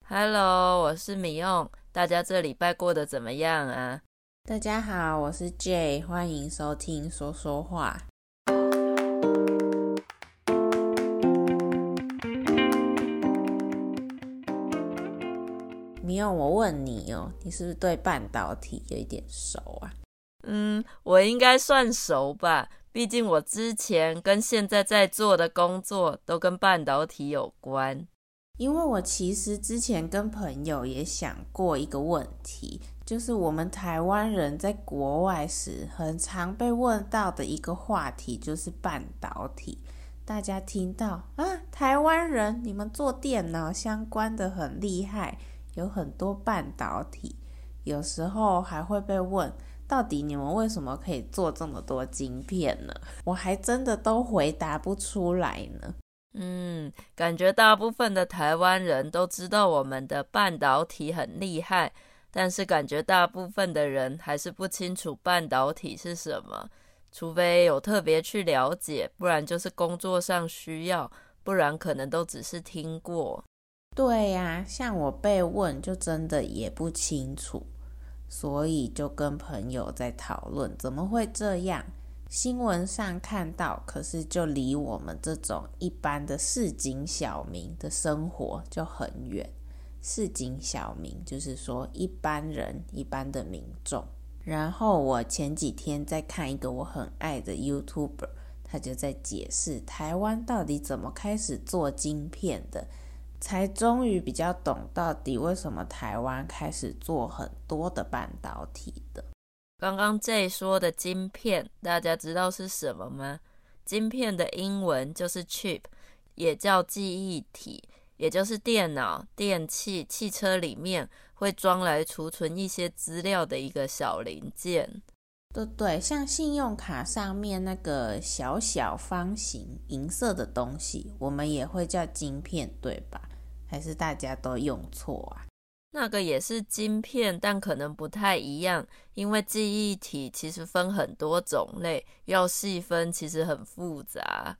Hello，我是米用，大家这礼拜过得怎么样啊？ 大家好，我是 J， 欢迎收听说说话。米用，我问你哦，你是不是对半导体有一点熟啊？ 我应该算熟吧，毕竟我之前跟现在在做的工作都跟半导体有关。 因为我其实之前跟朋友也想过一个问题，就是我们台湾人在国外时很常被问到的一个话题就是半导体。大家听到台湾人你们做电脑相关的很厉害，有很多半导体，有时候还会被问到底你们为什么可以做这么多晶片呢？我还真的都回答不出来呢。 感觉大部分的台湾人都知道我们的半导体很厉害，但是感觉大部分的人还是不清楚半导体是什么，除非有特别去了解，不然就是工作上需要，不然可能都只是听过。 对呀，像我被问就真的也不清楚，所以就跟朋友在讨论怎么会这样。新闻上看到，可是就离我们这种一般的市井小民的生活就很远。市井小民就是说一般人，一般的民众。然后我前几天在看一个我很爱的 YouTuber， 他就在解释台湾到底怎么开始做晶片的，才终于比较懂到底为什么台湾开始做很多的半导体的。 刚刚 J 说的晶片，大家知道是什么吗？晶片的英文就是 chip， 也叫记忆体，也就是电脑、电器、汽车里面会装来储存一些资料的一个小零件。 对，像信用卡上面那个小小方形银色的东西，我们也会叫晶片，对吧？还是大家都用错啊？ 那个也是晶片，但可能不太一样，因为记忆体其实分很多种类，要细分其实很复杂。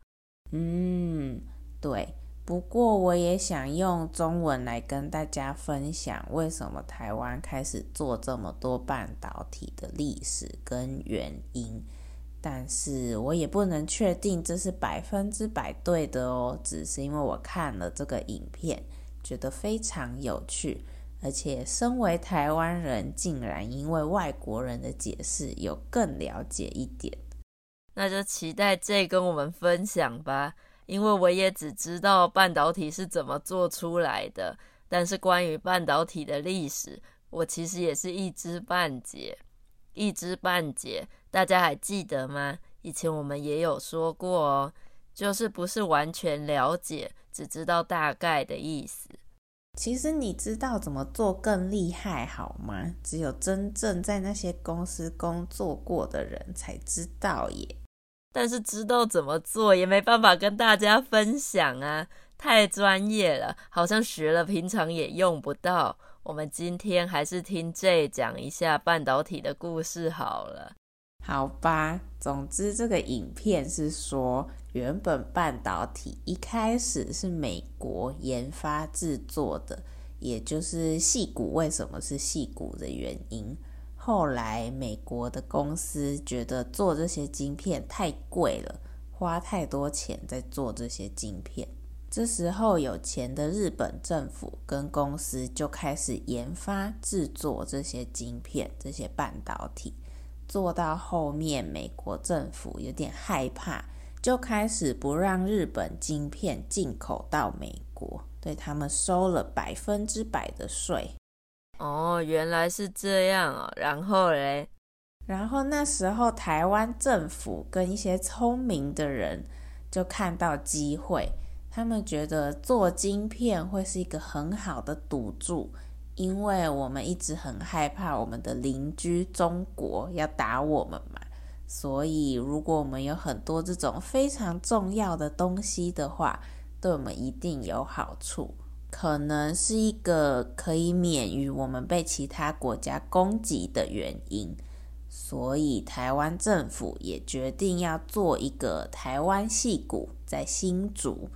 对。不过我也想用中文来跟大家分享，为什么台湾开始做这么多半导体的历史跟原因。但是我也不能确定这是100%对的哦，只是因为我看了这个影片，觉得非常有趣。而且身为台湾人，竟然因为外国人的解释有更了解一点。 那就期待这跟我们分享吧，因为我也只知道半导体是怎么做出来的，但是关于半导体的历史，我其实也是一知半解。一知半解，大家还记得吗？以前我们也有说过哦，就是不是完全了解，只知道大概的意思。 其实你知道怎么做更厉害好吗？只有真正在那些公司工作过的人才知道耶。 但是知道怎么做也没办法跟大家分享啊，太专业了，好像学了平常也用不到。我们今天还是听 J 讲一下半导体的故事好了。 好吧，总之这个影片是说，原本半导体一开始是美国研发制作的，也就是矽谷为什么是矽谷的原因。后来美国的公司觉得做这些晶片太贵了，花太多钱在做这些晶片。这时候有钱的日本政府跟公司就开始研发制作这些晶片，这些半导体。做到后面美国政府有点害怕，就开始不让日本晶片进口到美国，对他们收了100%的税。 哦，原来是这样哦。然后嘞？ 然后那时候台湾政府跟一些聪明的人就看到机会，他们觉得做晶片会是一个很好的赌注，因为我们一直很害怕我们的邻居中国要打我们嘛，所以如果我们有很多这种非常重要的东西的话，对我们一定有好处，可能是一个可以免于我们被其他国家攻击的原因。所以台湾政府也决定要做一个台湾矽谷在新竹，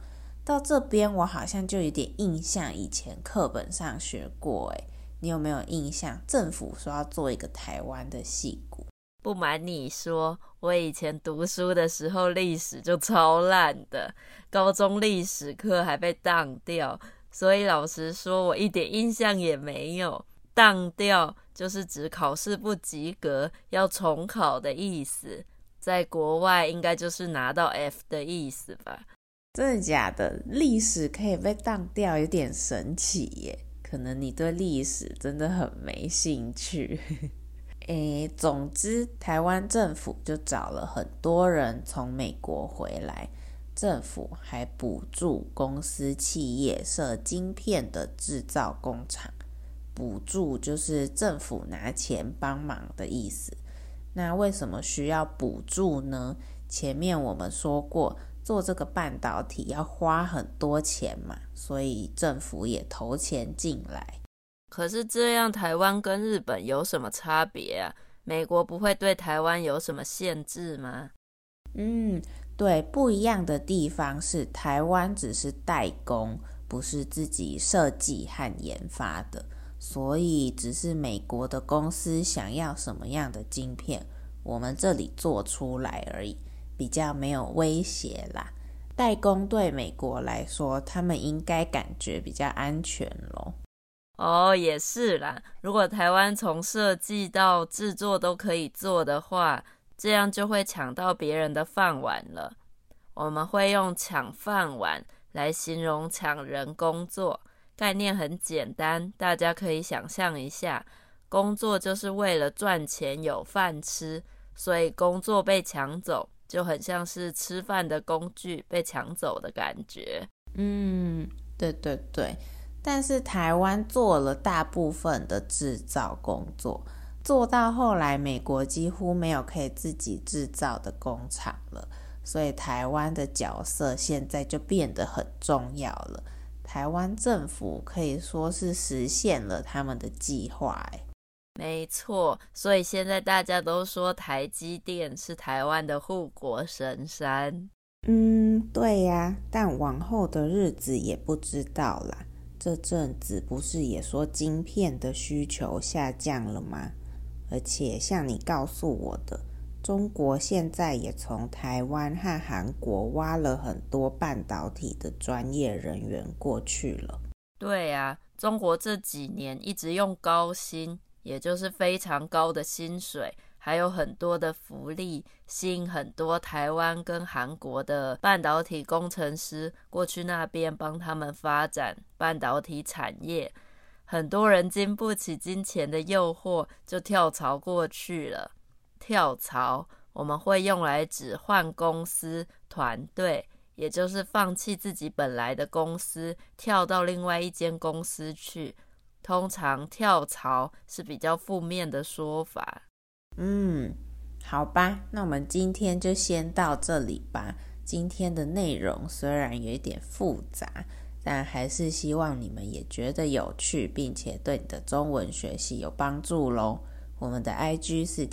到这边我好像就有点印象，以前课本上学过你有没有印象？政府说要做一个台湾的矽谷。 不瞒你说，我以前读书的时候历史就超烂的，高中历史课还被当掉，所以老实说我一点印象也没有。当掉就是指考试不及格要重考的意思，在国外应该就是拿到 F 的意思吧。 真的假的？历史可以被当掉，有点神奇耶。可能你对历史真的很没兴趣。总之台湾政府就找了很多人从美国回来，政府还补助公司企业设晶片的制造工厂。补助就是政府拿钱帮忙的意思。那为什么需要补助呢？前面我们说过，做这个半导体要花很多钱嘛，所以政府也投钱进来。 可是这样台湾跟日本有什么差别啊？美国不会对台湾有什么限制吗？ 对，不一样的地方是台湾只是代工，不是自己设计和研发的，所以只是美国的公司想要什么样的晶片，我们这里做出来而已，比较没有威胁啦。代工对美国来说，他们应该感觉比较安全咯。 也是啦，如果台湾从设计到制作都可以做的话，这样就会抢到别人的饭碗了。我们会用抢饭碗来形容抢人工作，概念很简单，大家可以想象一下，工作就是为了赚钱有饭吃，所以工作被抢走就很像是吃饭的工具被抢走的感觉。 对，但是台湾做了大部分的制造工作，做到后来美国几乎没有可以自己制造的工厂了，所以台湾的角色现在就变得很重要了。台湾政府可以说是实现了他们的计划。 没错，所以现在大家都说台积电是台湾的护国神山。 对呀，但往后的日子也不知道啦。这阵子不是也说晶片的需求下降了吗？而且像你告诉我的，中国现在也从台湾和韩国挖了很多半导体的专业人员过去了。 对啊，中国这几年一直用高薪，也就是非常高的薪水，还有很多的福利，吸引很多台湾跟韩国的半导体工程师过去那边帮他们发展半导体产业。很多人经不起金钱的诱惑，就跳槽过去了。跳槽我们会用来指换公司、团队，也就是放弃自己本来的公司，跳到另外一间公司去。通常跳槽是比较负面的说法。 好吧，那我们今天就先到这里吧。今天的内容虽然有一点复杂，但还是希望你们也觉得有趣，并且对你的中文学习有帮助咯。我们的 IG 是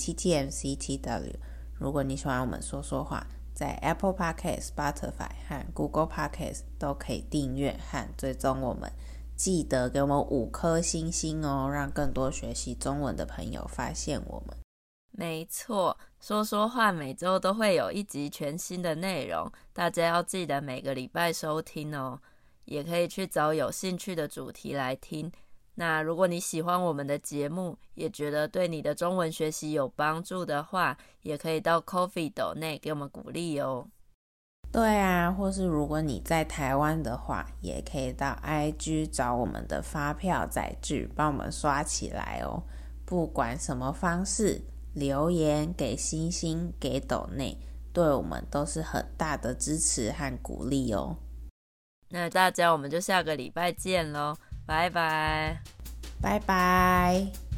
TTMCTW。如果你喜欢我们说说话，在 Apple Podcast、Spotify 和 Google Podcast 都可以订阅和追踪我们。记得给我们5颗星星哦，让更多学习中文的朋友发现我们。 没错，说说话每周都会有一集全新的内容，大家要记得每个礼拜收听哦。也可以去找有兴趣的主题来听。那如果你喜欢我们的节目，也觉得对你的中文学习有帮助的话，也可以到 Ko-fi 斗内给我们鼓励哦。 对啊，或是如果你在台湾的话，也可以到 IG 找我们的发票载具，帮我们刷起来哦。不管什么方式，留言、给星星、给斗内，对我们都是很大的支持和鼓励哦。 那大家我们就下个礼拜见咯，拜拜。 拜拜。